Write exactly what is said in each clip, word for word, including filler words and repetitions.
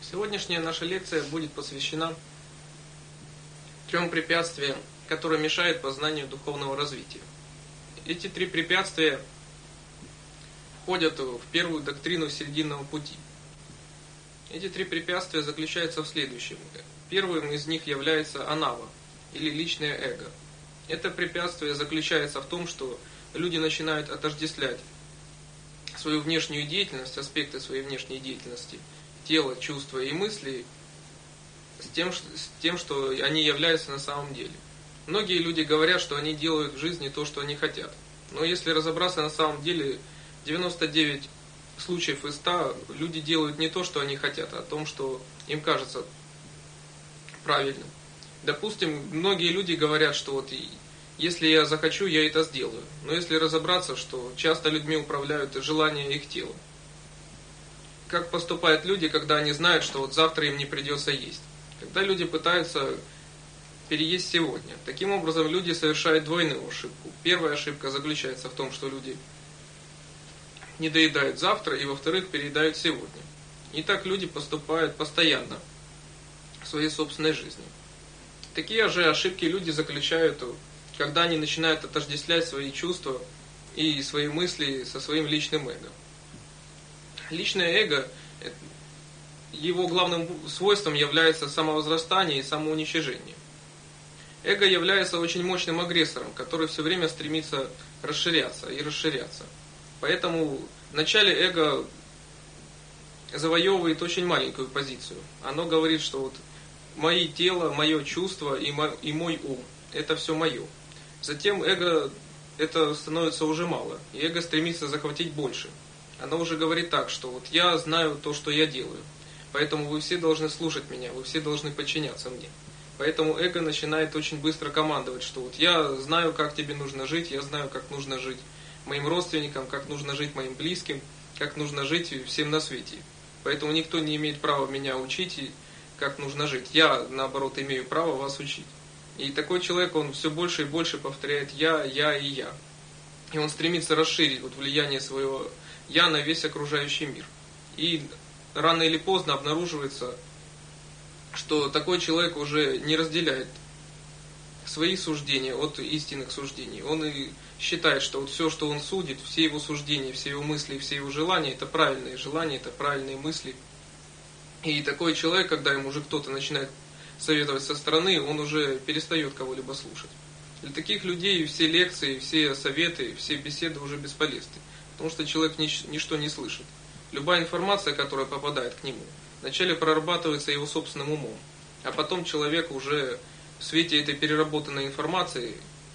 Сегодняшняя наша лекция будет посвящена трем препятствиям, которые мешают познанию духовного развития. Эти три препятствия входят в первую доктрину серединного пути. Эти три препятствия заключаются в следующем. Первым из них является анава, или личное эго. Это препятствие заключается в том, что люди начинают отождествлять свою внешнюю деятельность, аспекты своей внешней деятельности, тело, чувства и мысли, с тем, с тем, что они являются на самом деле. Многие люди говорят, что они делают в жизни то, что они хотят. Но если разобраться, на самом деле девяносто девять случаев из ста люди делают не то, что они хотят, а то, что им кажется правильным. Допустим, многие люди говорят, что вот если я захочу, я это сделаю. Но если разобраться, что часто людьми управляют желания их тела. Как поступают люди, когда они знают, что вот завтра им не придется есть? Когда люди пытаются переесть сегодня. Таким образом, люди совершают двойную ошибку. Первая ошибка заключается в том, что люди не доедают завтра, и во-вторых, переедают сегодня. И так люди поступают постоянно в своей собственной жизни. Такие же ошибки люди заключают, когда они начинают отождествлять свои чувства и свои мысли со своим личным эго. Личное эго, его главным свойством является самовозрастание и самоуничижение. Эго является очень мощным агрессором, который все время стремится расширяться и расширяться. Поэтому вначале эго завоевывает очень маленькую позицию. Оно говорит, что вот мои тело, мое чувство и мой ум – это все мое. Затем эго это становится уже мало, и эго стремится захватить больше. Оно уже говорит так, что вот я знаю то, что я делаю, поэтому вы все должны слушать меня, вы все должны подчиняться мне. Поэтому эго начинает очень быстро командовать, что вот я знаю, как тебе нужно жить, я знаю, как нужно жить моим родственникам, как нужно жить моим близким, как нужно жить всем на свете. Поэтому никто не имеет права меня учить, как нужно жить. Я, наоборот, имею право вас учить. И такой человек, он все больше и больше повторяет «я», «я» и «я». И он стремится расширить вот влияние своего «я» на весь окружающий мир. И рано или поздно обнаруживается, что такой человек уже не разделяет свои суждения от истинных суждений. Он и считает, что вот все, что он судит, все его суждения, все его мысли, все его желания, это правильные желания, это правильные мысли. И такой человек, когда ему уже кто-то начинает советовать со стороны, он уже перестает кого-либо слушать. Для таких людей все лекции, все советы, все беседы уже бесполезны. Потому что человек ничто не слышит. Любая информация, которая попадает к нему, вначале прорабатывается его собственным умом. А потом человек уже в свете этой переработанной информации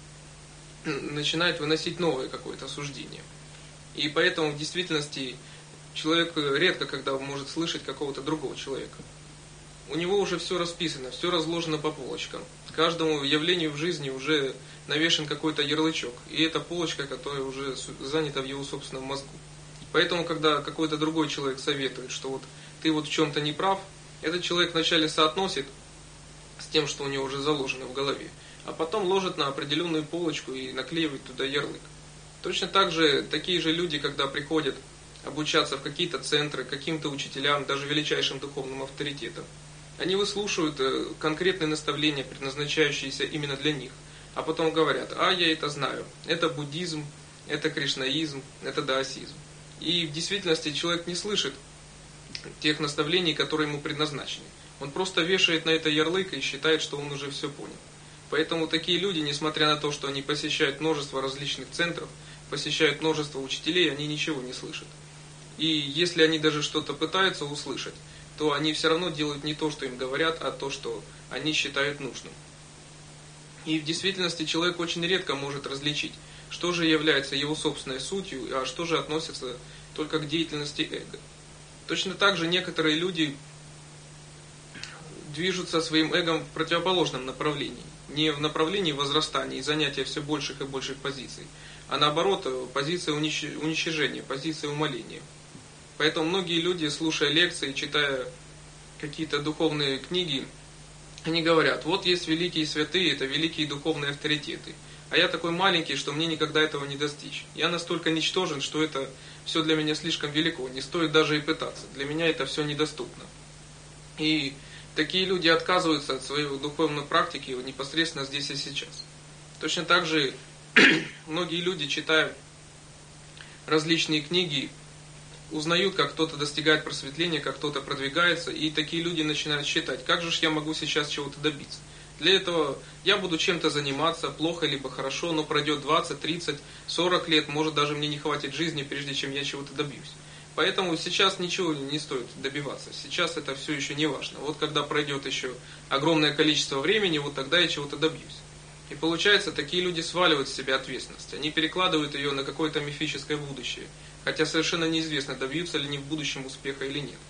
начинает выносить новое какое-то суждение. И поэтому в действительности человек редко когда может слышать какого-то другого человека. У него уже все расписано, все разложено по полочкам. Каждому явлению в жизни уже навешен какой-то ярлычок. И это полочка, которая уже занята в его собственном мозгу. Поэтому, когда какой-то другой человек советует, что вот ты вот в чем-то не прав, этот человек вначале соотносит с тем, что у него уже заложено в голове, а потом ложит на определенную полочку и наклеивает туда ярлык. Точно так же такие же люди, когда приходят обучаться в какие-то центры, каким-то учителям, даже величайшим духовным авторитетам, они выслушивают конкретные наставления, предназначающиеся именно для них, а потом говорят: а я это знаю, это буддизм, это кришнаизм, это даосизм. И в действительности человек не слышит тех наставлений, которые ему предназначены. Он просто вешает на это ярлык и считает, что он уже все понял. Поэтому такие люди, несмотря на то, что они посещают множество различных центров, посещают множество учителей, они ничего не слышат. И если они даже что-то пытаются услышать, то они все равно делают не то, что им говорят, а то, что они считают нужным. И в действительности человек очень редко может различить, что же является его собственной сутью, а что же относится только к деятельности эго. Точно так же некоторые люди движутся своим эгом в противоположном направлении. Не в направлении возрастания и занятия все больших и больших позиций, а наоборот, позиция уничижения, позиция умаления. Поэтому многие люди, слушая лекции, читая какие-то духовные книги, они говорят: вот есть великие святые, это великие духовные авторитеты. А я такой маленький, что мне никогда этого не достичь. Я настолько ничтожен, что это все для меня слишком велико, не стоит даже и пытаться. Для меня это все недоступно. И такие люди отказываются от своей духовной практики непосредственно здесь и сейчас. Точно так же многие люди, читая различные книги, узнают, как кто-то достигает просветления, как кто-то продвигается, и такие люди начинают считать, как же ж я могу сейчас чего-то добиться. Для этого я буду чем-то заниматься, плохо либо хорошо, но пройдет двадцать, тридцать, сорок лет, может даже мне не хватит жизни, прежде чем я чего-то добьюсь. Поэтому сейчас ничего не стоит добиваться, сейчас это все еще не важно. Вот когда пройдет еще огромное количество времени, вот тогда я чего-то добьюсь. И получается, такие люди сваливают с себя ответственность, они перекладывают ее на какое-то мифическое будущее, хотя совершенно неизвестно, добьются ли они в будущем успеха или нет.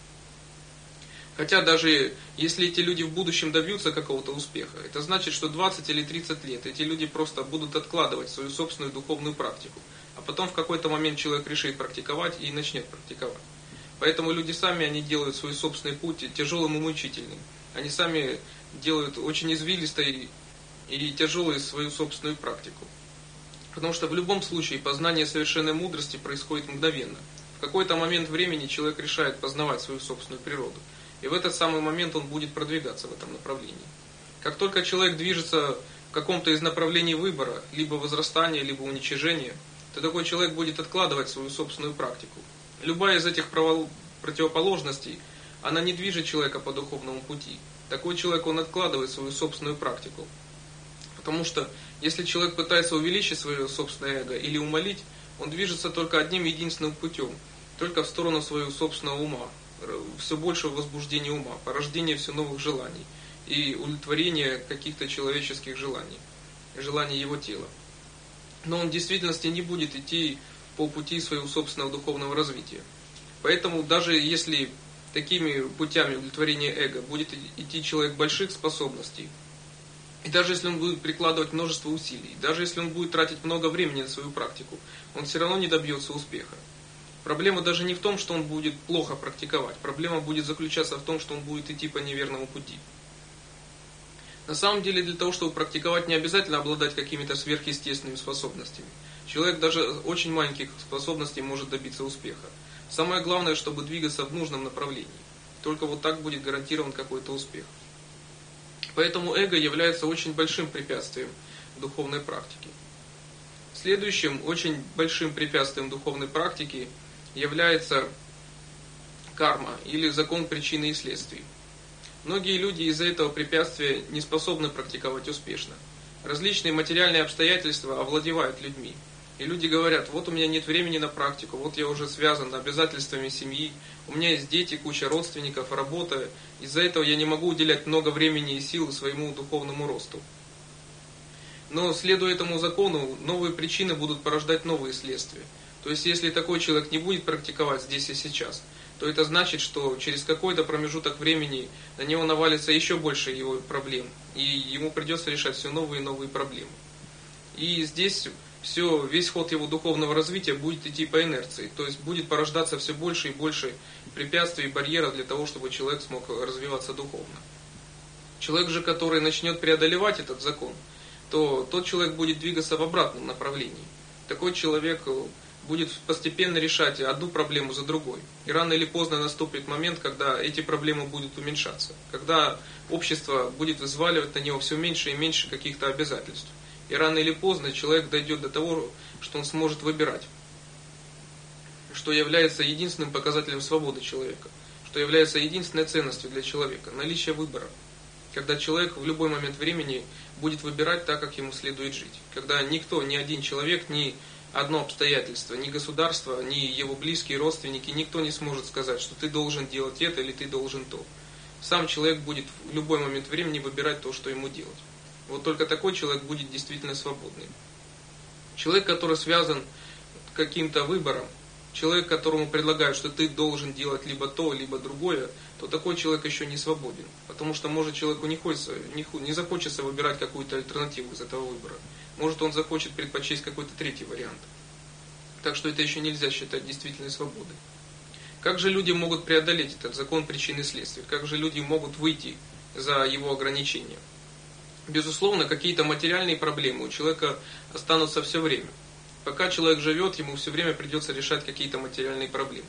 Хотя даже если эти люди в будущем добьются какого-то успеха, это значит, что двадцать или тридцать лет эти люди просто будут откладывать свою собственную духовную практику. А потом в какой-то момент человек решит практиковать и начнет практиковать. Поэтому люди сами, они делают свой собственный путь тяжелым и мучительным. Они сами делают очень извилистой и тяжелой свою собственную практику. Потому что в любом случае познание совершенной мудрости происходит мгновенно. В какой-то момент времени человек решает познавать свою собственную природу. И в этот самый момент он будет продвигаться в этом направлении. Как только человек движется в каком-то из направлений выбора, либо возрастания, либо уничижения, то такой человек будет откладывать свою собственную практику. Любая из этих противоположностей, она не движет человека по духовному пути. Такой человек, он откладывает свою собственную практику. Потому что, если человек пытается увеличить свое собственное эго или умалить, он движется только одним единственным путем, только в сторону своего собственного ума, все большего возбуждения ума, порождения все новых желаний и удовлетворения каких-то человеческих желаний, желаний его тела. Но он в действительности не будет идти по пути своего собственного духовного развития. Поэтому даже если такими путями удовлетворения эго будет идти человек больших способностей, и даже если он будет прикладывать множество усилий, даже если он будет тратить много времени на свою практику, он все равно не добьется успеха. Проблема даже не в том, что он будет плохо практиковать. Проблема будет заключаться в том, что он будет идти по неверному пути. На самом деле, для того, чтобы практиковать, не обязательно обладать какими-то сверхъестественными способностями. Человек даже очень маленьких способностей может добиться успеха. Самое главное, чтобы двигаться в нужном направлении. Только вот так будет гарантирован какой-то успех. Поэтому эго является очень большим препятствием духовной практики. Следующим очень большим препятствием духовной практики является карма или закон причины и следствий. Многие люди из-за этого препятствия не способны практиковать успешно. Различные материальные обстоятельства овладевают людьми. И люди говорят, вот у меня нет времени на практику, вот я уже связан обязательствами семьи, у меня есть дети, куча родственников, работа. Из-за этого я не могу уделять много времени и сил своему духовному росту. Но, следуя этому закону, новые причины будут порождать новые следствия. То есть, если такой человек не будет практиковать здесь и сейчас, то это значит, что через какой-то промежуток времени на него навалится еще больше его проблем, и ему придется решать все новые и новые проблемы. И здесь все, весь ход его духовного развития будет идти по инерции, то есть будет порождаться все больше и больше препятствий и барьеров для того, чтобы человек смог развиваться духовно. Человек же, который начнет преодолевать этот закон, то тот человек будет двигаться в обратном направлении. Такой человек будет постепенно решать одну проблему за другой. И рано или поздно наступит момент, когда эти проблемы будут уменьшаться. Когда общество будет взваливать на него все меньше и меньше каких-то обязательств. И рано или поздно человек дойдет до того, что он сможет выбирать. Что является единственным показателем свободы человека. Что является единственной ценностью для человека. Наличие выбора. Когда человек в любой момент времени будет выбирать так, как ему следует жить. Когда никто, ни один человек, ни одно обстоятельство, ни государство, ни его близкие, родственники, никто не сможет сказать, что ты должен делать это или ты должен то. Сам человек будет в любой момент времени выбирать то, что ему делать. Вот только такой человек будет действительно свободным. Человек, который связан каким-то выбором, человек, которому предлагают, что ты должен делать либо то, либо другое, то такой человек еще не свободен. Потому что, может, человеку не, хочется, не, не захочется выбирать какую-то альтернативу из этого выбора. Может, он захочет предпочесть какой-то третий вариант. Так что это еще нельзя считать действительной свободой. Как же люди могут преодолеть этот закон причин и следствий? Как же люди могут выйти за его ограничения? Безусловно, какие-то материальные проблемы у человека останутся все время. Пока человек живет, ему все время придется решать какие-то материальные проблемы.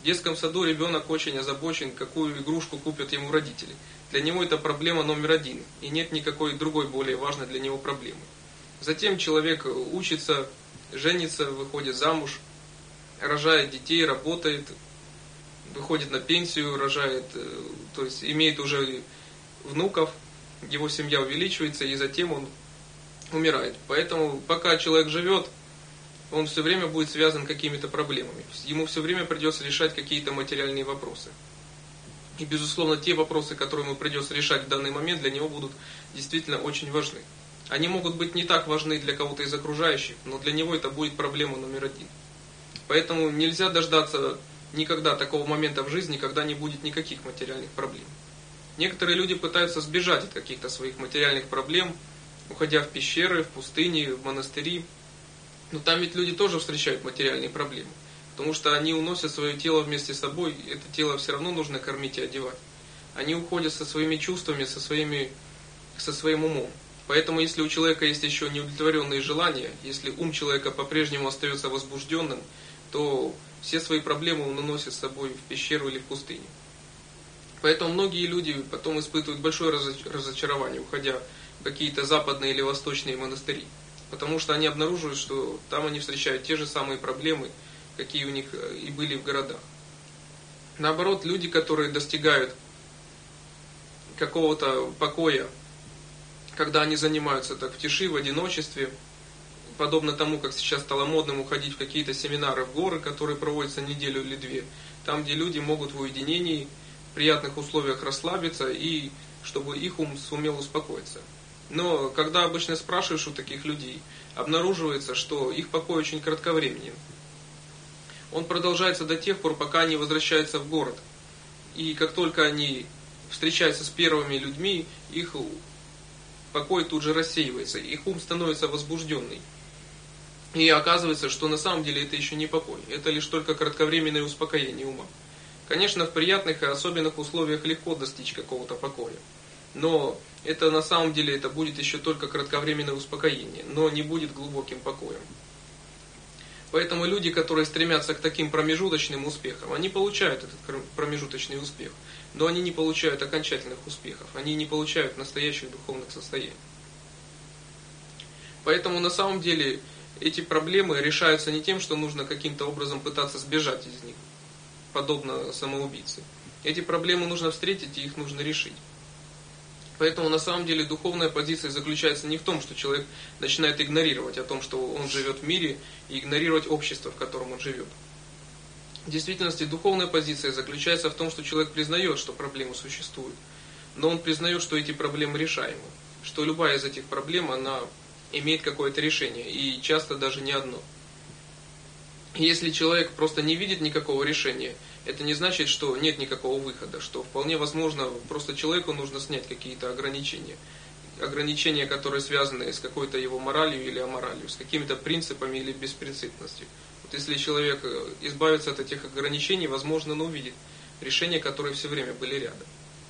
В детском саду ребенок очень озабочен, какую игрушку купят ему родители. Для него это проблема номер один, и нет никакой другой более важной для него проблемы. Затем человек учится, женится, выходит замуж, рожает детей, работает, выходит на пенсию, рожает, то есть имеет уже внуков, его семья увеличивается, и затем он умирает. Поэтому пока человек живет, он все время будет связан какими-то проблемами. Ему все время придется решать какие-то материальные вопросы. И, безусловно, те вопросы, которые ему придется решать в данный момент, для него будут действительно очень важны. Они могут быть не так важны для кого-то из окружающих, но для него это будет проблема номер один. Поэтому нельзя дождаться никогда такого момента в жизни, когда не будет никаких материальных проблем. Некоторые люди пытаются сбежать от каких-то своих материальных проблем, уходя в пещеры, в пустыни, в монастыри. Но там ведь люди тоже встречают материальные проблемы. Потому что они уносят свое тело вместе с собой, и это тело все равно нужно кормить и одевать. Они уходят со своими чувствами, со, своими, со своим умом. Поэтому если у человека есть еще неудовлетворенные желания, если ум человека по-прежнему остается возбужденным, то все свои проблемы он уносит с собой в пещеру или в пустыню. Поэтому многие люди потом испытывают большое разочарование, уходя в какие-то западные или восточные монастыри. Потому что они обнаруживают, что там они встречают те же самые проблемы, какие у них и были в городах. Наоборот, люди, которые достигают какого-то покоя, когда они занимаются так в тиши, в одиночестве, подобно тому, как сейчас стало модным уходить в какие-то семинары в горы, которые проводятся неделю или две, там, где люди могут в уединении, в приятных условиях расслабиться и чтобы их ум сумел успокоиться. Но когда обычно спрашиваешь у таких людей, обнаруживается, что их покой очень кратковременен. Он продолжается до тех пор, пока они возвращаются в город. И как только они встречаются с первыми людьми, их покой тут же рассеивается, их ум становится возбужденный. И оказывается, что на самом деле это еще не покой, это лишь только кратковременное успокоение ума. Конечно, в приятных и особенных условиях легко достичь какого-то покоя. Но это на самом деле это будет еще только кратковременное успокоение, но не будет глубоким покоем. Поэтому люди, которые стремятся к таким промежуточным успехам, они получают этот промежуточный успех, но они не получают окончательных успехов, они не получают настоящих духовных состояний. Поэтому на самом деле эти проблемы решаются не тем, что нужно каким-то образом пытаться сбежать из них, подобно самоубийце. Эти проблемы нужно встретить и их нужно решить. Поэтому на самом деле духовная позиция заключается не в том, что человек начинает игнорировать о том, что он живет в мире, и игнорировать общество, в котором он живет. В действительности духовная позиция заключается в том, что человек признает, что проблемы существуют, но он признает, что эти проблемы решаемы, что любая из этих проблем, она имеет какое-то решение, и часто даже не одно. Если человек просто не видит никакого решения, это не значит, что нет никакого выхода, что вполне возможно, просто человеку нужно снять какие-то ограничения. Ограничения, которые связаны с какой-то его моралью или аморалью, с какими-то принципами или беспринципностью. Вот если человек избавится от этих ограничений, возможно, он увидит решения, которые все время были рядом.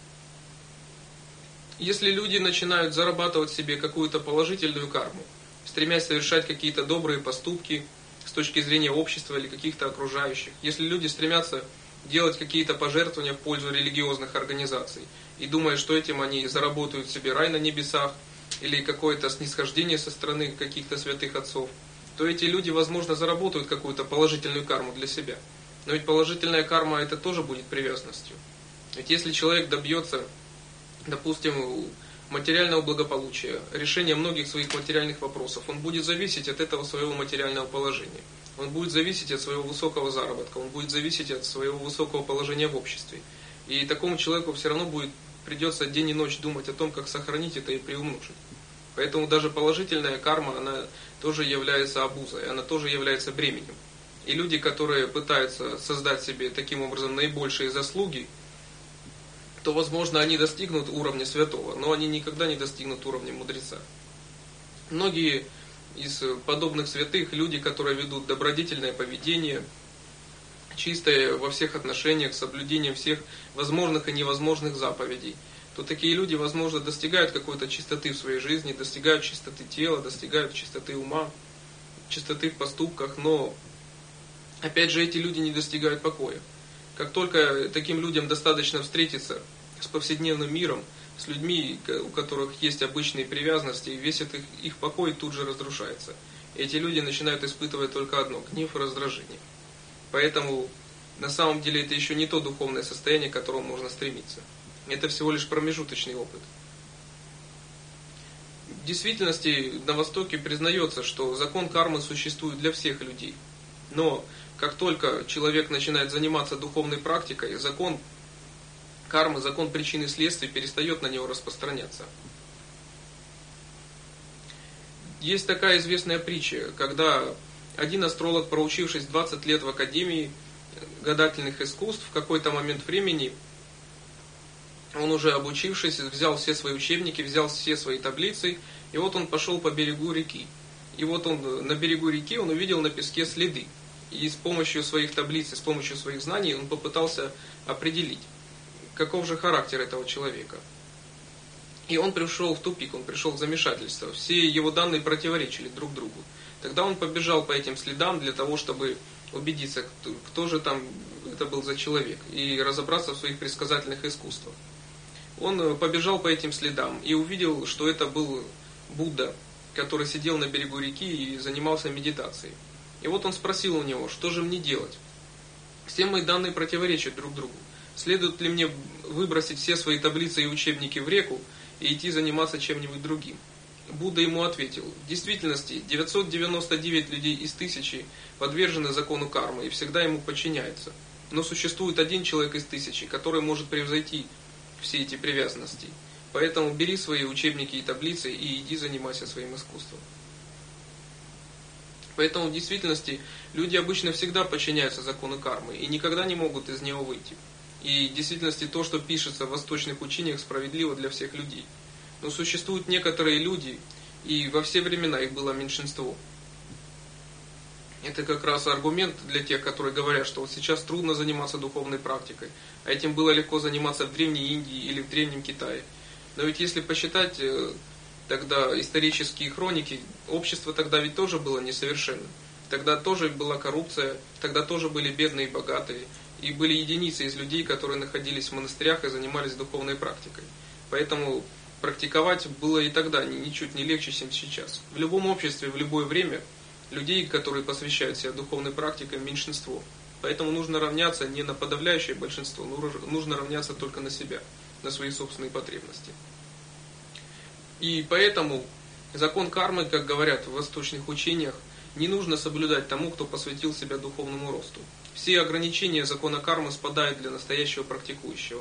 Если люди начинают зарабатывать себе какую-то положительную карму, стремясь совершать какие-то добрые поступки с точки зрения общества или каких-то окружающих, если люди стремятся делать какие-то пожертвования в пользу религиозных организаций и думают, что этим они заработают себе рай на небесах или какое-то снисхождение со стороны каких-то святых отцов, то эти люди, возможно, заработают какую-то положительную карму для себя. Но ведь положительная карма это тоже будет привязанностью. Ведь если человек добьется, допустим, материального благополучия, решения многих своих материальных вопросов, он будет зависеть от этого своего материального положения. Он будет зависеть от своего высокого заработка, он будет зависеть от своего высокого положения в обществе. И такому человеку все равно будет, придется день и ночь думать о том, как сохранить это и приумножить. Поэтому даже положительная карма, она тоже является обузой, она тоже является бременем. И люди, которые пытаются создать себе таким образом наибольшие заслуги, то, возможно, они достигнут уровня святого, но они никогда не достигнут уровня мудреца. Многие из подобных святых, люди, которые ведут добродетельное поведение, чистое во всех отношениях, с соблюдением всех возможных и невозможных заповедей, то такие люди, возможно, достигают какой-то чистоты в своей жизни, достигают чистоты тела, достигают чистоты ума, чистоты в поступках, но, опять же, эти люди не достигают покоя. Как только таким людям достаточно встретиться с повседневным миром, с людьми, у которых есть обычные привязанности, весь этот их, их покой тут же разрушается. И эти люди начинают испытывать только одно – гнев и раздражение. Поэтому на самом деле это еще не то духовное состояние, к которому можно стремиться. Это всего лишь промежуточный опыт. В действительности на Востоке признается, что закон кармы существует для всех людей. Но как только человек начинает заниматься духовной практикой, закон кармы, закон причин и следствий перестает на него распространяться. Есть такая известная притча, когда один астролог, проучившись двадцать лет в Академии гадательных искусств, в какой-то момент времени, он уже обучившись, взял все свои учебники, взял все свои таблицы, и вот он пошел по берегу реки. И вот он на берегу реки он увидел на песке следы. И с помощью своих таблиц, с помощью своих знаний он попытался определить, каков же характер этого человека. И он пришел в тупик, он пришел в замешательство. Все его данные противоречили друг другу. Тогда он побежал по этим следам для того, чтобы убедиться, кто, кто же там это был за человек, и разобраться в своих предсказательных искусствах. Он побежал по этим следам и увидел, что это был Будда, который сидел на берегу реки и занимался медитацией. И вот он спросил у него, что же мне делать? Все мои данные противоречат друг другу. Следует ли мне выбросить все свои таблицы и учебники в реку и идти заниматься чем-нибудь другим? Будда ему ответил: в действительности девятьсот девяносто девять людей из тысячи подвержены закону кармы и всегда ему подчиняются. Но существует один человек из тысячи, который может превзойти все эти привязанности. Поэтому бери свои учебники и таблицы и иди занимайся своим искусством. Поэтому в действительности люди обычно всегда подчиняются закону кармы и никогда не могут из него выйти. И в действительности то, что пишется в восточных учениях, справедливо для всех людей. Но существуют некоторые люди, и во все времена их было меньшинство. Это как раз аргумент для тех, которые говорят, что вот сейчас трудно заниматься духовной практикой, а этим было легко заниматься в Древней Индии или в Древнем Китае. Но ведь если посчитать тогда исторические хроники, общество тогда ведь тоже было несовершенным. Тогда тоже была коррупция, тогда тоже были бедные и богатые, и были единицы из людей, которые находились в монастырях и занимались духовной практикой. Поэтому практиковать было и тогда ничуть не легче, чем сейчас. В любом обществе, в любое время людей, которые посвящают себя духовной практике, меньшинство. Поэтому нужно равняться не на подавляющее большинство, нужно равняться только на себя, на свои собственные потребности. И поэтому закон кармы, как говорят в восточных учениях, не нужно соблюдать тому, кто посвятил себя духовному росту. Все ограничения закона кармы спадают для настоящего практикующего.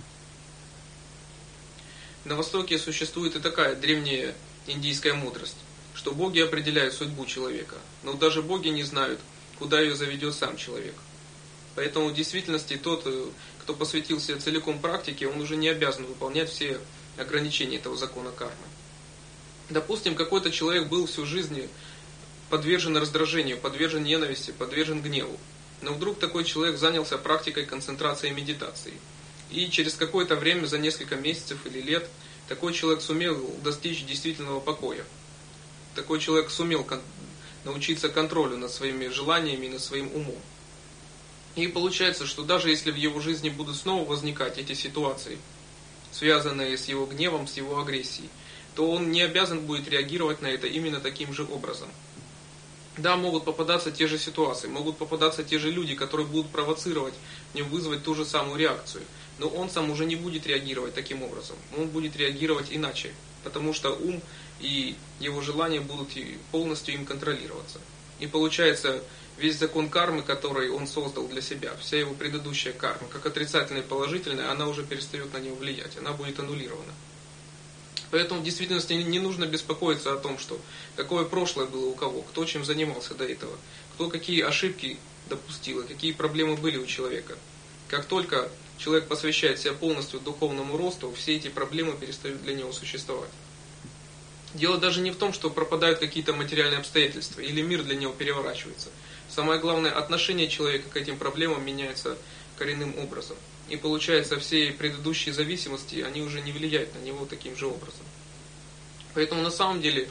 На Востоке существует и такая древняя индийская мудрость, что боги определяют судьбу человека, но даже боги не знают, куда ее заведет сам человек. Поэтому в действительности тот, кто посвятил себя целиком практике, он уже не обязан выполнять все ограничения этого закона кармы. Допустим, какой-то человек был всю жизнь подвержен раздражению, подвержен ненависти, подвержен гневу. Но вдруг такой человек занялся практикой концентрации и медитации. И через какое-то время, за несколько месяцев или лет, такой человек сумел достичь действительного покоя. Такой человек сумел кон- научиться контролю над своими желаниями и над своим умом. И получается, что даже если в его жизни будут снова возникать эти ситуации, связанные с его гневом, с его агрессией, то он не обязан будет реагировать на это именно таким же образом. Да, могут попадаться те же ситуации, могут попадаться те же люди, которые будут провоцировать в нем, вызвать ту же самую реакцию. Но он сам уже не будет реагировать таким образом. Он будет реагировать иначе, потому что ум и его желания будут полностью им контролироваться. И получается, весь закон кармы, который он создал для себя, вся его предыдущая карма, как отрицательная и положительная, она уже перестает на него влиять, она будет аннулирована. Поэтому в действительности не нужно беспокоиться о том, что какое прошлое было у кого, кто чем занимался до этого, кто какие ошибки допустил, какие проблемы были у человека. Как только человек посвящает себя полностью духовному росту, все эти проблемы перестают для него существовать. Дело даже не в том, что пропадают какие-то материальные обстоятельства, или мир для него переворачивается. Самое главное, отношение человека к этим проблемам меняется коренным образом. И получается, все предыдущие зависимости, они уже не влияют на него таким же образом. Поэтому на самом деле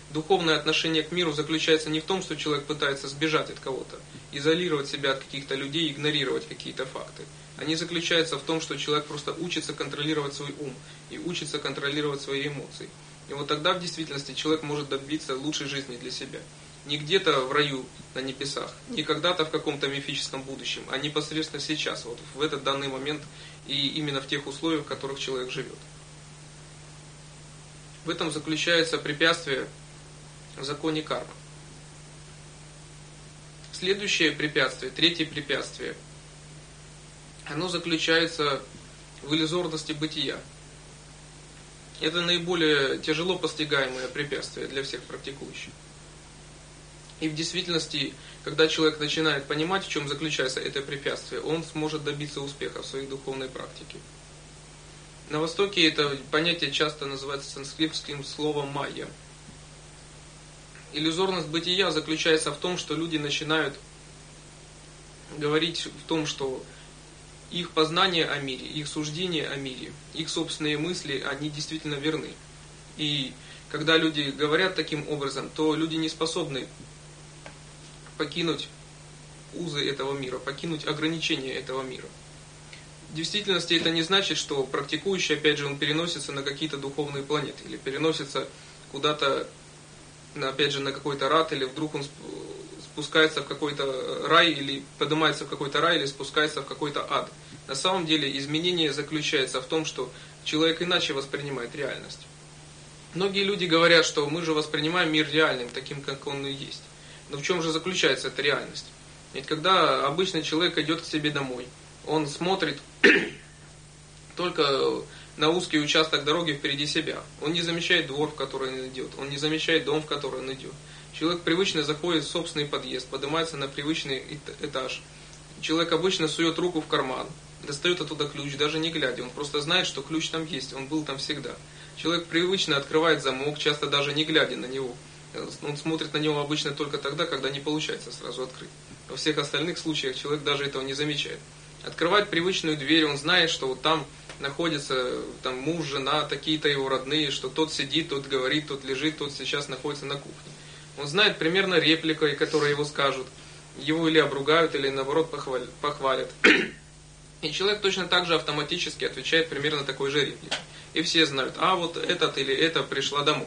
Духовное отношение к миру заключается не в том, что человек пытается сбежать от кого-то, изолировать себя от каких-то людей, игнорировать какие-то факты. Они заключаются в том, что человек просто учится контролировать свой ум и учится контролировать свои эмоции. И вот тогда в действительности человек может добиться лучшей жизни для себя. Не где-то в раю на небесах, не когда-то в каком-то мифическом будущем, а непосредственно сейчас, вот в этот данный момент и именно в тех условиях, в которых человек живет. В этом заключается препятствие в законе кармы. Следующее препятствие, третье препятствие, оно заключается в иллюзорности бытия. Это наиболее тяжело постигаемое препятствие для всех практикующих. И в действительности, когда человек начинает понимать, в чем заключается это препятствие, он сможет добиться успеха в своей духовной практике. На Востоке это понятие часто называется санскритским словом майя. Иллюзорность бытия заключается в том, что люди начинают говорить в том, что их познание о мире, их суждения о мире, их собственные мысли, они действительно верны. И когда люди говорят таким образом, то люди не способны покинуть узы этого мира, покинуть ограничения этого мира. В действительности это не значит, что практикующий, опять же, он переносится на какие-то духовные планеты, или переносится куда-то, опять же, на какой-то рад, или вдруг он спускается в какой-то рай, или поднимается в какой-то рай, или спускается в какой-то ад. На самом деле изменение заключается в том, что человек иначе воспринимает реальность. Многие люди говорят, что мы же воспринимаем мир реальным, таким, как он и есть. Но в чем же заключается эта реальность? Ведь когда обычный человек идет к себе домой, он смотрит только на узкий участок дороги впереди себя. Он не замечает двор, в который он идет, он не замечает дом, в который он идет. Человек привычно заходит в собственный подъезд, поднимается на привычный этаж. Человек обычно сует руку в карман, достает оттуда ключ, даже не глядя. Он просто знает, что ключ там есть, он был там всегда. Человек привычно открывает замок, часто даже не глядя на него. Он смотрит на него обычно только тогда, когда не получается сразу открыть. Во всех остальных случаях человек даже этого не замечает. Открывает привычную дверь, он знает, что вот там находится там, муж, жена, такие-то его родные, что тот сидит, тот говорит, тот лежит, тот сейчас находится на кухне. Он знает примерно реплику, которую его скажут. Его или обругают, или наоборот похвалят. И человек точно так же автоматически отвечает примерно такой же репликой. И все знают, а вот этот или это пришла домой.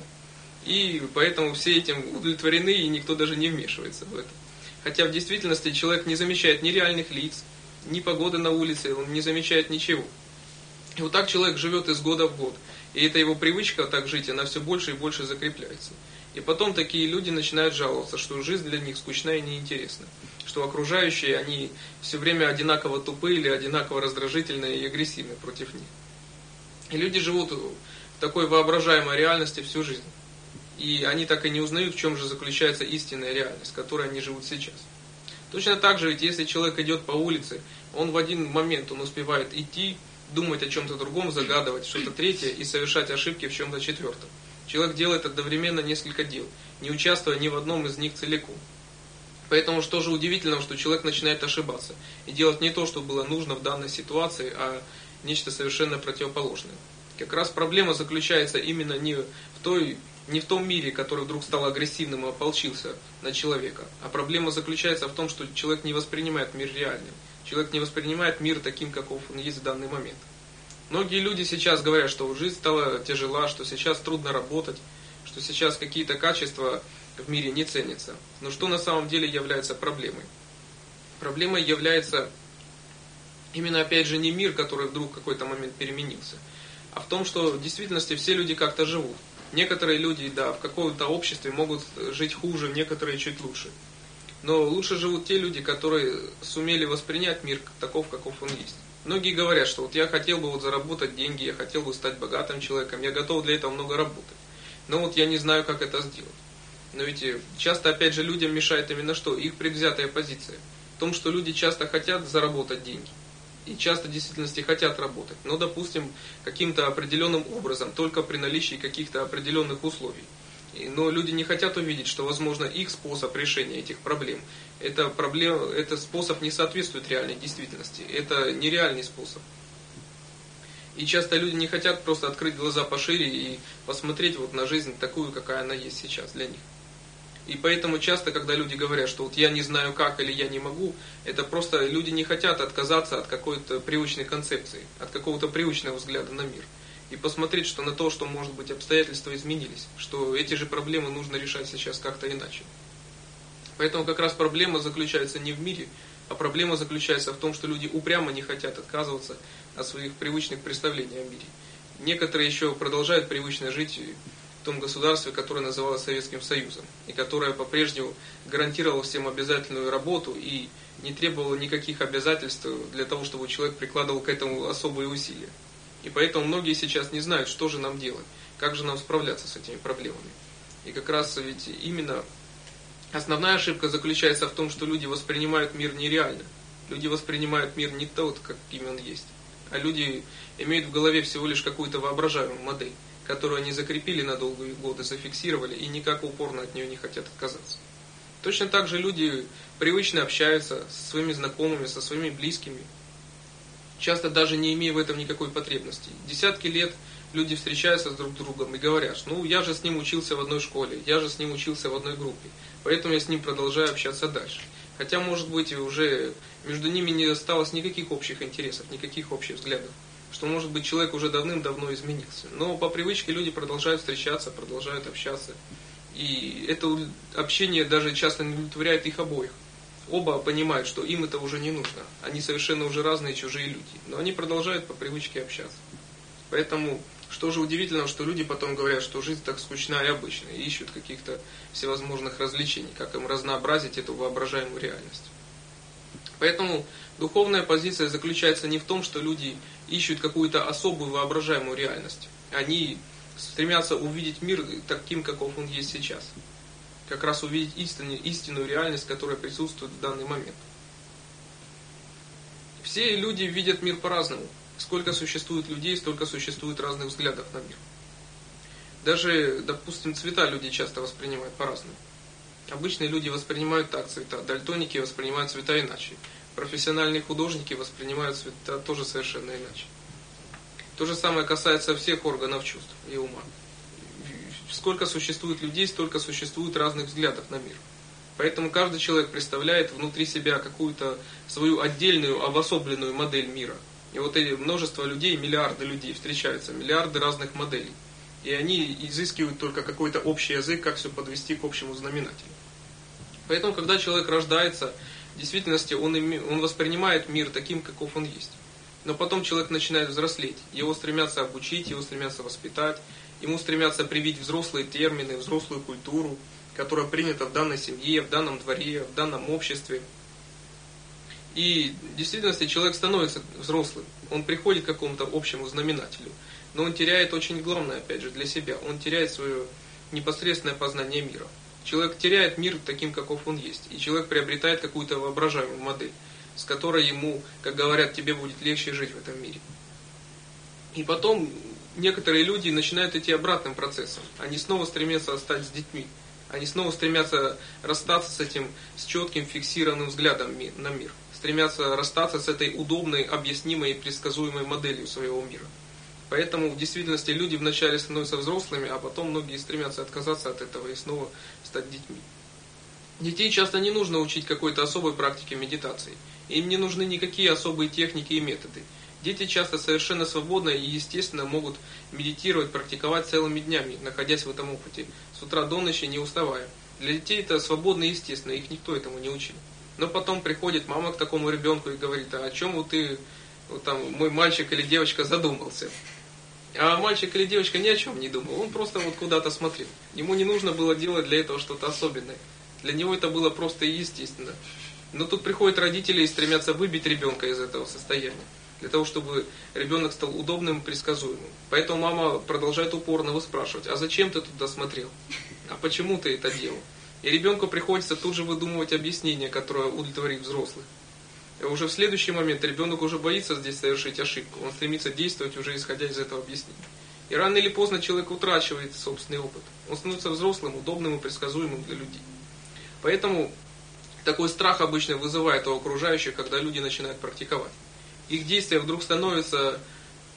И поэтому все этим удовлетворены, и никто даже не вмешивается в это. Хотя в действительности человек не замечает ни реальных лиц, ни погоды на улице, он не замечает ничего. И вот так человек живет из года в год. И эта его привычка так жить, она все больше и больше закрепляется. И потом такие люди начинают жаловаться, что жизнь для них скучна и неинтересна. Что окружающие, они все время одинаково тупые или одинаково раздражительные и агрессивны против них. И люди живут в такой воображаемой реальности всю жизнь. И они так и не узнают, в чем же заключается истинная реальность, в которой они живут сейчас. Точно так же, ведь если человек идет по улице, он в один момент он успевает идти, думать о чем-то другом, загадывать что-то третье и совершать ошибки в чем-то четвертом. Человек делает одновременно несколько дел, не участвуя ни в одном из них целиком. Поэтому что же удивительного, что человек начинает ошибаться и делать не то, что было нужно в данной ситуации, а нечто совершенно противоположное. Как раз проблема заключается именно не в той, не в том мире, который вдруг стал агрессивным и ополчился на человека, а проблема заключается в том, что человек не воспринимает мир реальным. Человек не воспринимает мир таким, каков он есть в данный момент. Многие люди сейчас говорят, что жизнь стала тяжела, что сейчас трудно работать, что сейчас какие-то качества в мире не ценятся. Но что на самом деле является проблемой? Проблемой является именно опять же не мир, который вдруг в какой-то момент переменился, а в том, что в действительности все люди как-то живут. Некоторые люди, да, в каком-то обществе могут жить хуже, некоторые чуть лучше. Но лучше живут те люди, которые сумели воспринять мир таков, каков он есть. Многие говорят, что вот я хотел бы вот заработать деньги, я хотел бы стать богатым человеком, я готов для этого много работать. Но вот я не знаю, как это сделать. Но ведь часто, опять же, людям мешает именно что? Их предвзятая позиция. В том, что люди часто хотят заработать деньги. И часто в действительности хотят работать. Но, допустим, каким-то определенным образом, только при наличии каких-то определенных условий. Но люди не хотят увидеть, что, возможно, их способ решения этих проблем, это, проблем, это способ не соответствует реальной действительности. Это нереальный способ. И часто люди не хотят просто открыть глаза пошире и посмотреть вот на жизнь такую, какая она есть сейчас для них. И поэтому часто, когда люди говорят, что вот я не знаю как или я не могу, это просто люди не хотят отказаться от какой-то привычной концепции, от какого-то привычного взгляда на мир. И посмотреть, что на то, что, может быть, обстоятельства изменились, что эти же проблемы нужно решать сейчас как-то иначе. Поэтому как раз проблема заключается не в мире, а проблема заключается в том, что люди упрямо не хотят отказываться от своих привычных представлений о мире. Некоторые еще продолжают привычно жить в том государстве, которое называлось Советским Союзом, и которое по-прежнему гарантировало всем обязательную работу и не требовало никаких обязательств для того, чтобы человек прикладывал к этому особые усилия. И поэтому многие сейчас не знают, что же нам делать, как же нам справляться с этими проблемами. И как раз ведь именно основная ошибка заключается в том, что люди воспринимают мир нереально. Люди воспринимают мир не тот, каким он есть, а люди имеют в голове всего лишь какую-то воображаемую модель, которую они закрепили на долгие годы, зафиксировали и никак упорно от нее не хотят отказаться. Точно так же люди привычно общаются со своими знакомыми, со своими близкими, часто даже не имея в этом никакой потребности. Десятки лет люди встречаются с друг другом и говорят, ну я же с ним учился в одной школе, я же с ним учился в одной группе, поэтому я с ним продолжаю общаться дальше. Хотя, может быть, уже между ними не осталось никаких общих интересов, никаких общих взглядов. Что, может быть, человек уже давным-давно изменился. Но по привычке люди продолжают встречаться, продолжают общаться. И это общение даже часто не удовлетворяет их обоих. Оба понимают, что им это уже не нужно. Они совершенно уже разные чужие люди. Но они продолжают по привычке общаться. Поэтому, что же удивительно, что люди потом говорят, что жизнь так скучна и обычная. И ищут каких-то всевозможных развлечений, как им разнообразить эту воображаемую реальность. Поэтому духовная позиция заключается не в том, что люди ищут какую-то особую воображаемую реальность. Они стремятся увидеть мир таким, каков он есть сейчас. Как раз увидеть истинную, истинную реальность, которая присутствует в данный момент. Все люди видят мир по-разному. Сколько существует людей, столько существует разных взглядов на мир. Даже, допустим, цвета люди часто воспринимают по-разному. Обычные люди воспринимают так цвета, дальтоники воспринимают цвета иначе. Профессиональные художники воспринимают цвета тоже совершенно иначе. То же самое касается всех органов чувств и ума. Сколько существует людей, столько существует разных взглядов на мир. Поэтому каждый человек представляет внутри себя какую-то свою отдельную, обособленную модель мира. И вот эти множество людей, миллиарды людей встречаются, миллиарды разных моделей. И они изыскивают только какой-то общий язык, как все подвести к общему знаменателю. Поэтому, когда человек рождается, в действительности он, име, он воспринимает мир таким, каков он есть. Но потом человек начинает взрослеть. Его стремятся обучить, его стремятся воспитать, ему стремятся привить взрослые термины, взрослую культуру, которая принята в данной семье, в данном дворе, в данном обществе. И в действительности человек становится взрослым. Он приходит к какому-то общему знаменателю. Но он теряет очень главное, опять же, для себя. Он теряет свое непосредственное познание мира. Человек теряет мир таким, каков он есть. И человек приобретает какую-то воображаемую модель, с которой ему, как говорят, тебе будет легче жить в этом мире. И потом некоторые люди начинают идти обратным процессом. Они снова стремятся стать с детьми. Они снова стремятся расстаться с этим, с четким фиксированным взглядом на мир. Стремятся расстаться с этой удобной, объяснимой и предсказуемой моделью своего мира. Поэтому в действительности люди вначале становятся взрослыми, а потом многие стремятся отказаться от этого и снова стать детьми. Детей часто не нужно учить какой-то особой практике медитации. Им не нужны никакие особые техники и методы. Дети часто совершенно свободно и естественно могут медитировать, практиковать целыми днями, находясь в этом опыте, с утра до ночи не уставая. Для детей это свободно и естественно, их никто этому не учил. Но потом приходит мама к такому ребенку и говорит, а о чем вот ты, вот там, мой мальчик или девочка задумался? А мальчик или девочка ни о чем не думал, он просто вот куда-то смотрел. Ему не нужно было делать для этого что-то особенное. Для него это было просто и естественно. Но тут приходят родители и стремятся выбить ребенка из этого состояния. Для того, чтобы ребенок стал удобным и предсказуемым. Поэтому мама продолжает упорно выспрашивать, а зачем ты туда смотрел? А почему ты это делал? И ребенку приходится тут же выдумывать объяснение, которое удовлетворит взрослых. И уже в следующий момент ребенок уже боится здесь совершить ошибку. Он стремится действовать уже исходя из этого объяснения. И рано или поздно человек утрачивает собственный опыт. Он становится взрослым, удобным и предсказуемым для людей. Поэтому такой страх обычно вызывает у окружающих, когда люди начинают практиковать. Их действия вдруг становятся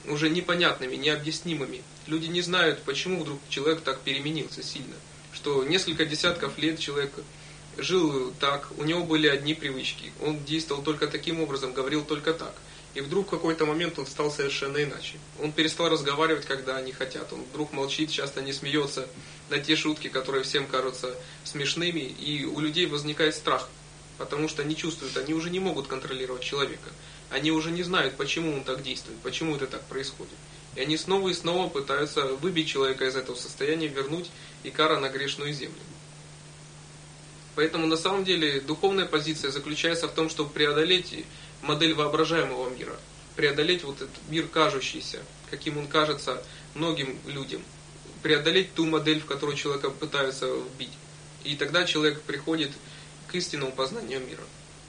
уже непонятными, необъяснимыми. Люди не знают, почему вдруг человек так переменился сильно. Что несколько десятков лет человек жил так, у него были одни привычки, он действовал только таким образом, говорил только так. И вдруг в какой-то момент он стал совершенно иначе. Он перестал разговаривать, когда они хотят. Он вдруг молчит, часто не смеется на те шутки, которые всем кажутся смешными. И у людей возникает страх, потому что они чувствуют, они уже не могут контролировать человека. Они уже не знают, почему он так действует, почему это так происходит. И они снова и снова пытаются выбить человека из этого состояния, вернуть Икара на грешную землю. Поэтому на самом деле духовная позиция заключается в том, чтобы преодолеть модель воображаемого мира, преодолеть вот этот мир кажущийся, каким он кажется многим людям, преодолеть ту модель, в которую человека пытаются вбить. И тогда человек приходит к истинному познанию мира.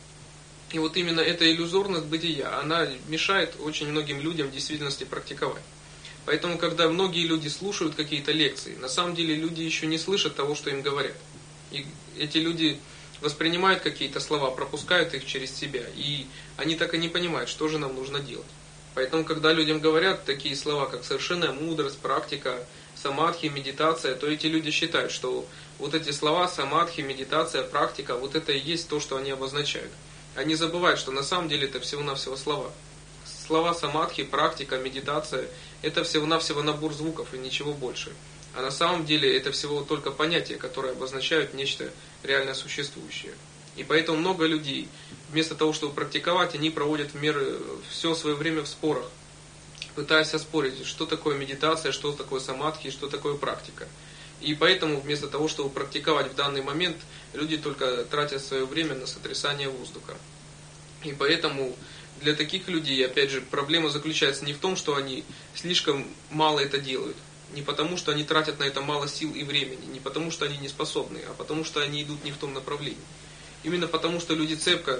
И вот именно эта иллюзорность бытия, она мешает очень многим людям в действительности практиковать. Поэтому, когда многие люди слушают какие-то лекции, на самом деле люди еще не слышат того, что им говорят. И эти люди воспринимают какие-то слова, пропускают их через себя, и они так и не понимают, что же нам нужно делать. Поэтому, когда людям говорят такие слова, как совершенная мудрость, практика, самадхи, медитация, то эти люди считают, что вот эти слова, самадхи, медитация, практика, вот это и есть то, что они обозначают. Они забывают, что на самом деле это всего-навсего слова. Слова самадхи, практика, медитация – это всего-навсего набор звуков и ничего больше. А на самом деле это всего только понятия, которые обозначают нечто реально существующее. И поэтому много людей, вместо того, чтобы практиковать, они проводят в мир все свое время в спорах, пытаясь оспорить, что такое медитация, что такое самадхи, что такое практика. И поэтому вместо того, чтобы практиковать в данный момент, люди только тратят свое время на сотрясание воздуха. И поэтому для таких людей, опять же, проблема заключается не в том, что они слишком мало это делают, не потому, что они тратят на это мало сил и времени, не потому, что они не способны, а потому, что они идут не в том направлении. Именно потому, что люди цепко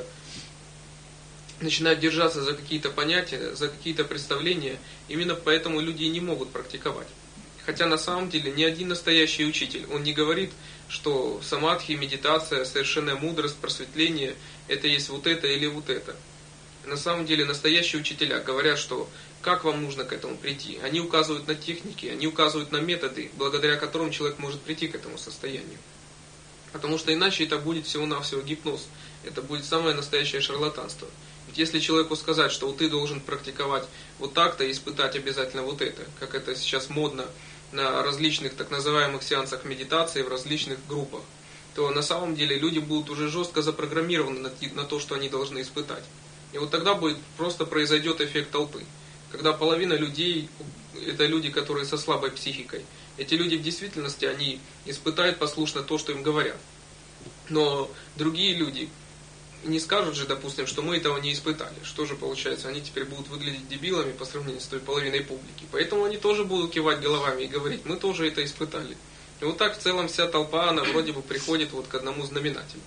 начинают держаться за какие-то понятия, за какие-то представления, именно поэтому люди и не могут практиковать. Хотя на самом деле ни один настоящий учитель, он не говорит, что самадхи, медитация, совершенная мудрость, просветление, это есть вот это или вот это. На самом деле настоящие учителя говорят, что как вам нужно к этому прийти. Они указывают на техники, они указывают на методы, благодаря которым человек может прийти к этому состоянию. Потому что иначе это будет всего-навсего гипноз. Это будет самое настоящее шарлатанство. Ведь если человеку сказать, что вот ты должен практиковать вот так-то и испытать обязательно вот это, как это сейчас модно на различных так называемых сеансах медитации в различных группах, то на самом деле люди будут уже жестко запрограммированы на, на то, что они должны испытать. И вот тогда будет просто произойдет эффект толпы. Когда половина людей, это люди, которые со слабой психикой, эти люди в действительности, они испытают послушно то, что им говорят. Но другие люди не скажут же, допустим, что мы этого не испытали. Что же получается? Они теперь будут выглядеть дебилами по сравнению с той половиной публики. Поэтому они тоже будут кивать головами и говорить, мы тоже это испытали. И вот так в целом вся толпа, она вроде бы приходит вот к одному знаменателю.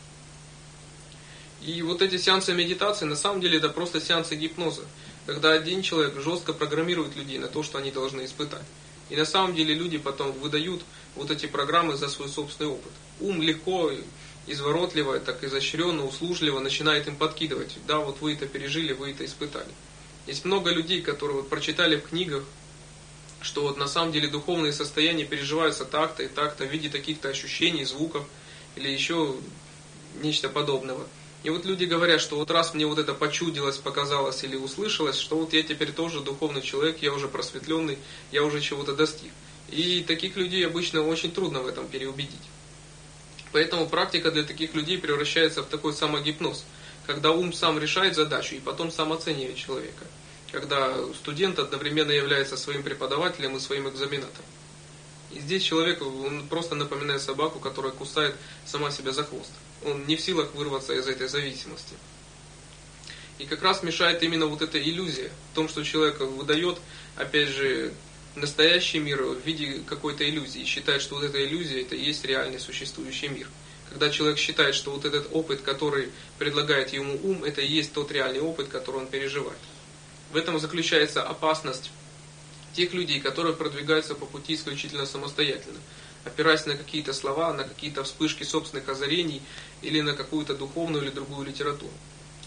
И вот эти сеансы медитации, на самом деле, это просто сеансы гипноза. Когда один человек жестко программирует людей на то, что они должны испытать. И на самом деле люди потом выдают вот эти программы за свой собственный опыт. Ум легко, изворотливо, так изощренно, услужливо начинает им подкидывать. Да, вот вы это пережили, вы это испытали. Есть много людей, которые вот прочитали в книгах, что вот на самом деле духовные состояния переживаются так-то и так-то в виде таких-то ощущений, звуков или еще нечто подобного. И вот люди говорят, что вот раз мне вот это почудилось, показалось или услышалось, что вот я теперь тоже духовный человек, я уже просветленный, я уже чего-то достиг. И таких людей обычно очень трудно в этом переубедить. Поэтому практика для таких людей превращается в такой самогипноз, когда ум сам решает задачу и потом сам оценивает человека. Когда студент одновременно является своим преподавателем и своим экзаменатором. И здесь человек, он просто напоминает собаку, которая кусает сама себя за хвост. Он не в силах вырваться из этой зависимости. И как раз мешает именно вот эта иллюзия, в том, что человек выдает, опять же, настоящий мир в виде какой-то иллюзии, считает, что вот эта иллюзия, это и есть реальный существующий мир. Когда человек считает, что вот этот опыт, который предлагает ему ум, это и есть тот реальный опыт, который он переживает. В этом заключается опасность тех людей, которые продвигаются по пути исключительно самостоятельно, опираясь на какие-то слова, на какие-то вспышки собственных озарений или на какую-то духовную или другую литературу.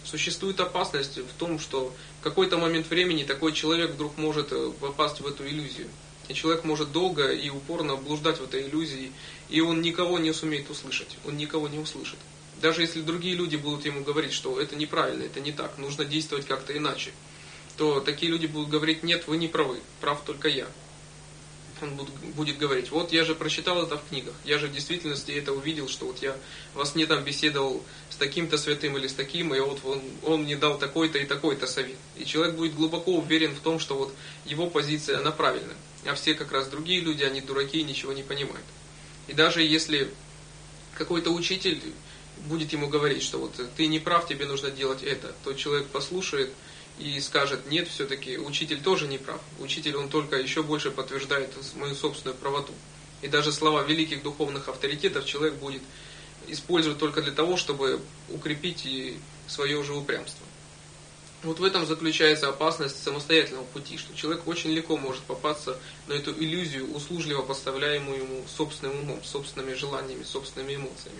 Существует опасность в том, что в какой-то момент времени такой человек вдруг может попасть в эту иллюзию. И человек может долго и упорно блуждать в этой иллюзии, и он никого не сумеет услышать, он никого не услышит. Даже если другие люди будут ему говорить, что это неправильно, это не так, нужно действовать как-то иначе, то такие люди будут говорить: нет, вы не правы, прав только я. Он будет говорить: вот я же прочитал это в книгах, я же в действительности это увидел, что вот я во сне там беседовал с таким-то святым или с таким, и вот он, он мне дал такой-то и такой-то совет. И человек будет глубоко уверен в том, что вот его позиция, она правильная, а все как раз другие люди, они дураки и ничего не понимают. И даже если какой-то учитель будет ему говорить, что вот ты не прав, тебе нужно делать это, то человек послушает и скажет: нет, все-таки учитель тоже не прав. Учитель, он только еще больше подтверждает мою собственную правоту. И даже слова великих духовных авторитетов человек будет использовать только для того, чтобы укрепить и свое же упрямство. Вот в этом заключается опасность самостоятельного пути, что человек очень легко может попасться на эту иллюзию, услужливо поставляемую ему собственным умом, собственными желаниями, собственными эмоциями.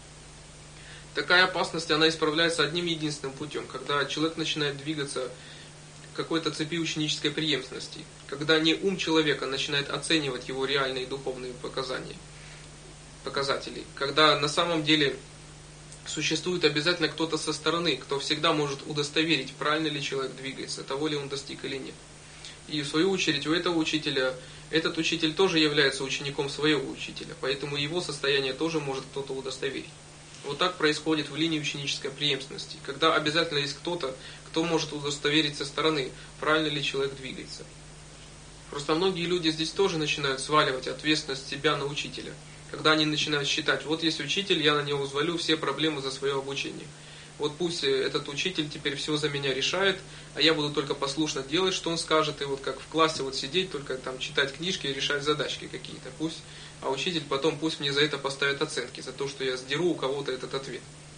Такая опасность, она исправляется одним единственным путем, когда человек начинает двигаться к какой-то цепи ученической преемственности, когда не ум человека начинает оценивать его реальные духовные показания, показатели, когда на самом деле существует обязательно кто-то со стороны, кто всегда может удостоверить, правильно ли человек двигается, того ли он достиг или нет. И в свою очередь у этого учителя, этот учитель тоже является учеником своего учителя, поэтому его состояние тоже может кто-то удостоверить. Вот так происходит в линии ученической преемственности, когда обязательно есть кто-то, кто может удостоверить со стороны, правильно ли человек двигается. Просто многие люди здесь тоже начинают сваливать ответственность себя на учителя, когда они начинают считать: вот есть учитель, я на него взвалю все проблемы за свое обучение. Вот пусть этот учитель теперь все за меня решает, а я буду только послушно делать, что он скажет, и вот как в классе вот сидеть, только там читать книжки и решать задачки какие-то. Пусть, а учитель потом пусть мне за это поставит оценки, за то, что я сдеру у кого-то этот ответ.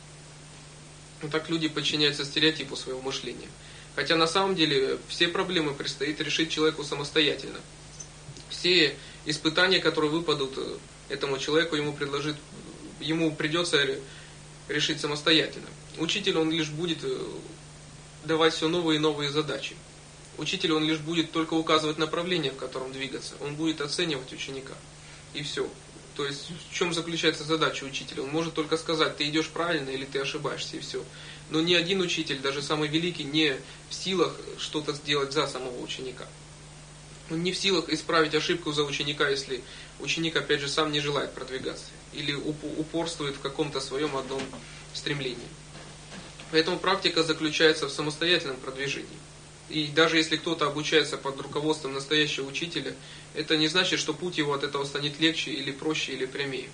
Вот так люди подчиняются стереотипу своего мышления. Хотя на самом деле все проблемы предстоит решить человеку самостоятельно. Все испытания, которые выпадут этому человеку, ему предложит, ему придется решить самостоятельно. Учитель, он лишь будет давать все новые и новые задачи. Учитель, он лишь будет только указывать направление, в котором двигаться. Он будет оценивать ученика. И все. То есть, в чем заключается задача учителя? Он может только сказать: ты идешь правильно или ты ошибаешься, и все. Но ни один учитель, даже самый великий, не в силах что-то сделать за самого ученика. Он не в силах исправить ошибку за ученика, если ученик, опять же, сам не желает продвигаться. Или упорствует в каком-то своем одном стремлении. Поэтому практика заключается в самостоятельном продвижении. И даже если кто-то обучается под руководством настоящего учителя, это не значит, что путь его от этого станет легче или проще, или прямее.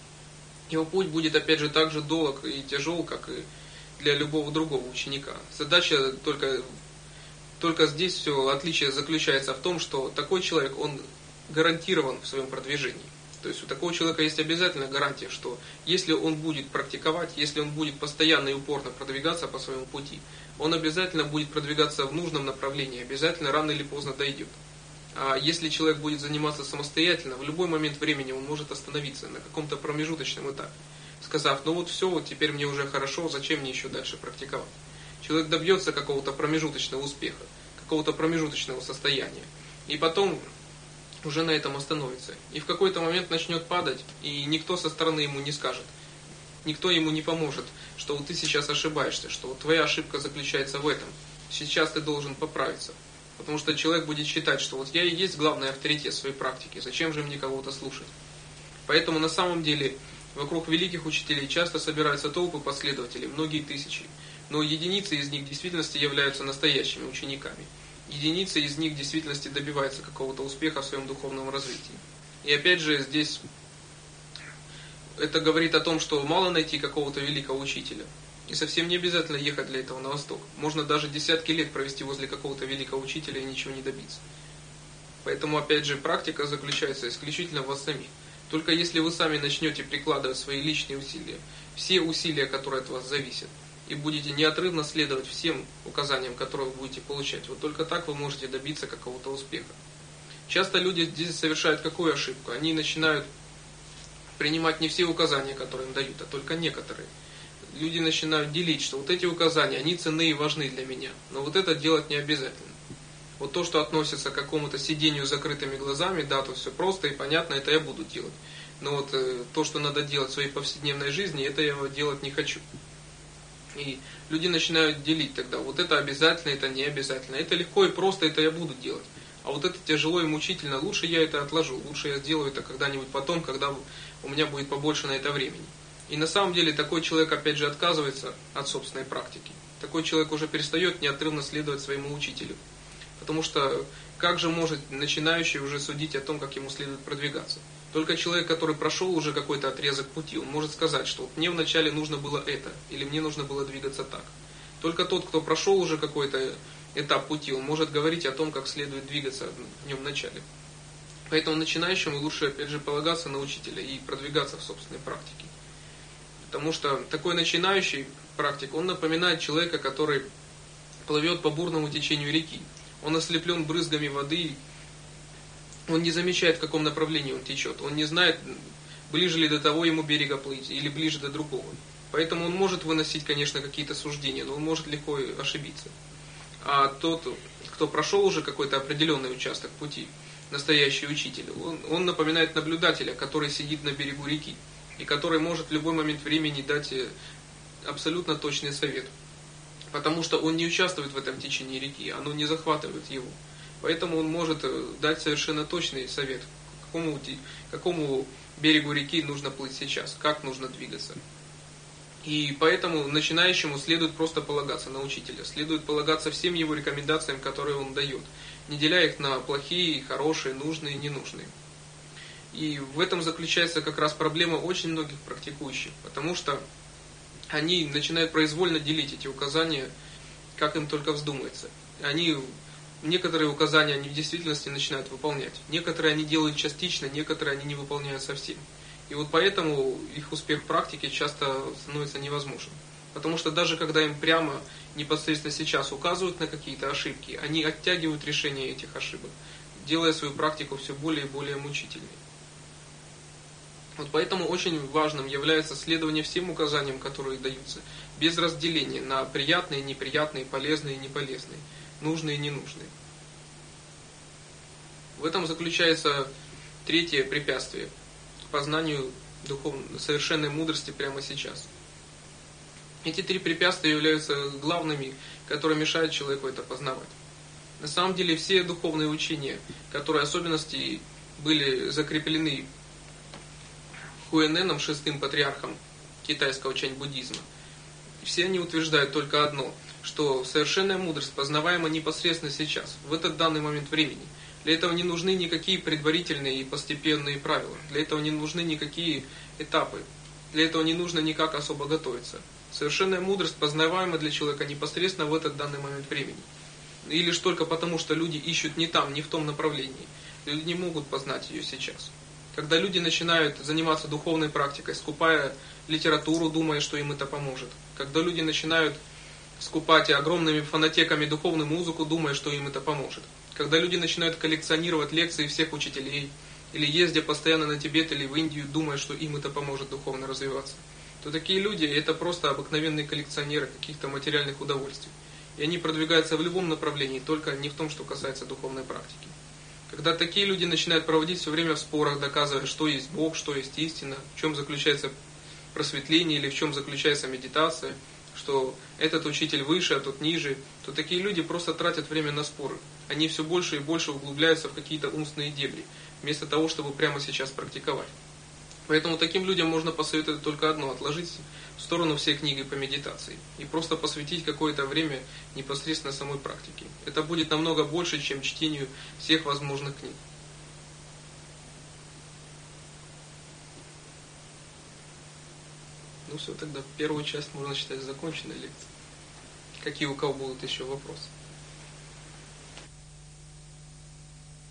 Его путь будет, опять же, так же долг и тяжел, как и для любого другого ученика. Задача только, только здесь все отличие заключается в том, что такой человек, он гарантирован в своем продвижении. То есть у такого человека есть обязательно гарантия, что если он будет практиковать, если он будет постоянно и упорно продвигаться по своему пути, он обязательно будет продвигаться в нужном направлении, обязательно рано или поздно дойдет. А если человек будет заниматься самостоятельно, в любой момент времени он может остановиться на каком-то промежуточном этапе, сказав: ну вот все, вот теперь мне уже хорошо, зачем мне еще дальше практиковать. Человек добьется какого-то промежуточного успеха, какого-то промежуточного состояния, и потом уже на этом остановится. И в какой-то момент начнет падать, и никто со стороны ему не скажет, никто ему не поможет, что вот ты сейчас ошибаешься, что вот твоя ошибка заключается в этом, сейчас ты должен поправиться. Потому что человек будет считать, что вот я и есть главный авторитет в своей практике, зачем же мне кого-то слушать. Поэтому на самом деле вокруг великих учителей часто собираются толпы последователей, многие тысячи, но единицы из них в действительности являются настоящими учениками. Единицы из них в действительности добиваются какого-то успеха в своем духовном развитии. И опять же здесь это говорит о том, что мало найти какого-то великого учителя. И совсем не обязательно ехать для этого на восток. Можно даже десятки лет провести возле какого-то великого учителя и ничего не добиться. Поэтому опять же практика заключается исключительно в вас самих. Только если вы сами начнете прикладывать свои личные усилия, все усилия, которые от вас зависят, и будете неотрывно следовать всем указаниям, которые вы будете получать, вот только так вы можете добиться какого-то успеха. Часто люди здесь совершают какую ошибку? Они начинают принимать не все указания, которые им дают, а только некоторые. люди начинают делить, что вот эти указания, они ценны и важны для меня, но вот это делать не обязательно. Вот то, что относится к какому-то сидению с закрытыми глазами, да, то все просто и понятно, это я буду делать. Но вот э, то, что надо делать в своей повседневной жизни, это я делать не хочу. И люди начинают делить тогда, вот это обязательно, это не обязательно, это легко и просто, это я буду делать. А вот это тяжело и мучительно, лучше я это отложу, лучше я сделаю это когда-нибудь потом, когда у меня будет побольше на это времени. И на самом деле такой человек опять же отказывается от собственной практики. Такой человек уже перестает неотрывно следовать своему учителю. Потому что как же может начинающий уже судить о том, как ему следует продвигаться? Только человек, который прошел уже какой-то отрезок пути, он может сказать, что вот мне вначале нужно было это, или мне нужно было двигаться так. Только тот, кто прошел уже какой-то этап пути, он может говорить о том, как следует двигаться в нем начале. Поэтому начинающему лучше, опять же, полагаться на учителя и продвигаться в собственной практике. Потому что такой начинающий практик, он напоминает человека, который плывет по бурному течению реки. Он ослеплен брызгами воды, он не замечает, в каком направлении он течет. Он не знает, ближе ли до того ему берега плыть, или ближе до другого. Поэтому он может выносить, конечно, какие-то суждения, но он может легко ошибиться. А тот, кто прошел уже какой-то определенный участок пути, настоящий учитель, он, он напоминает наблюдателя, который сидит на берегу реки, и который может в любой момент времени дать абсолютно точный совет. Потому что он не участвует в этом течении реки, оно не захватывает его. Поэтому он может дать совершенно точный совет, к какому, к какому берегу реки нужно плыть сейчас, как нужно двигаться. И поэтому начинающему следует просто полагаться на учителя, следует полагаться всем его рекомендациям, которые он дает, не деля их на плохие, хорошие, нужные и ненужные. И в этом заключается как раз проблема очень многих практикующих, потому что они начинают произвольно делить эти указания, как им только вздумается. Они, некоторые указания они в действительности начинают выполнять, некоторые они делают частично, некоторые они не выполняют совсем. И вот поэтому их успех в практике часто становится невозможен. Потому что даже когда им прямо, непосредственно сейчас указывают на какие-то ошибки, они оттягивают решение этих ошибок, делая свою практику все более и более мучительной. Вот поэтому очень важным является следование всем указаниям, которые даются, без разделения на приятные, неприятные, полезные и неполезные, нужные и ненужные. В этом заключается третье препятствие к познанию духовной, совершенной мудрости прямо сейчас. Эти три препятствия являются главными, которые мешают человеку это познавать. На самом деле все духовные учения, которые особенности были закреплены Хуэненом, шестым патриархом китайского чань-буддизма, все они утверждают только одно, что совершенная мудрость познаваема непосредственно сейчас, в этот данный момент времени. Для этого не нужны никакие предварительные и постепенные правила, для этого не нужны никакие этапы, для этого не нужно никак особо готовиться. Совершенная мудрость познаваема для человека непосредственно в этот данный момент времени. И лишь только потому, что люди ищут не там, не в том направлении, люди не могут познать ее сейчас. Когда люди начинают заниматься духовной практикой, скупая литературу, думая, что им это поможет. Когда люди начинают скупать огромными фонотеками духовную музыку, думая, что им это поможет. Когда люди начинают коллекционировать лекции всех учителей, или ездя постоянно на Тибет или в Индию, думая, что им это поможет духовно развиваться, то такие люди это просто обыкновенные коллекционеры каких-то материальных удовольствий. И они продвигаются в любом направлении, только не в том, что касается духовной практики. Когда такие люди начинают проводить все время в спорах, доказывая, что есть Бог, что есть истина, в чем заключается просветление или в чем заключается медитация, что этот учитель выше, а тот ниже, то такие люди просто тратят время на споры. Они все больше и больше углубляются в какие-то умственные дебри, вместо того, чтобы прямо сейчас практиковать. Поэтому таким людям можно посоветовать только одно: отложить в сторону все книги по медитации и просто посвятить какое-то время непосредственно самой практике. Это будет намного больше, чем чтению всех возможных книг. Ну все, тогда первую часть можно считать законченной лекцией. Какие у кого будут еще вопросы?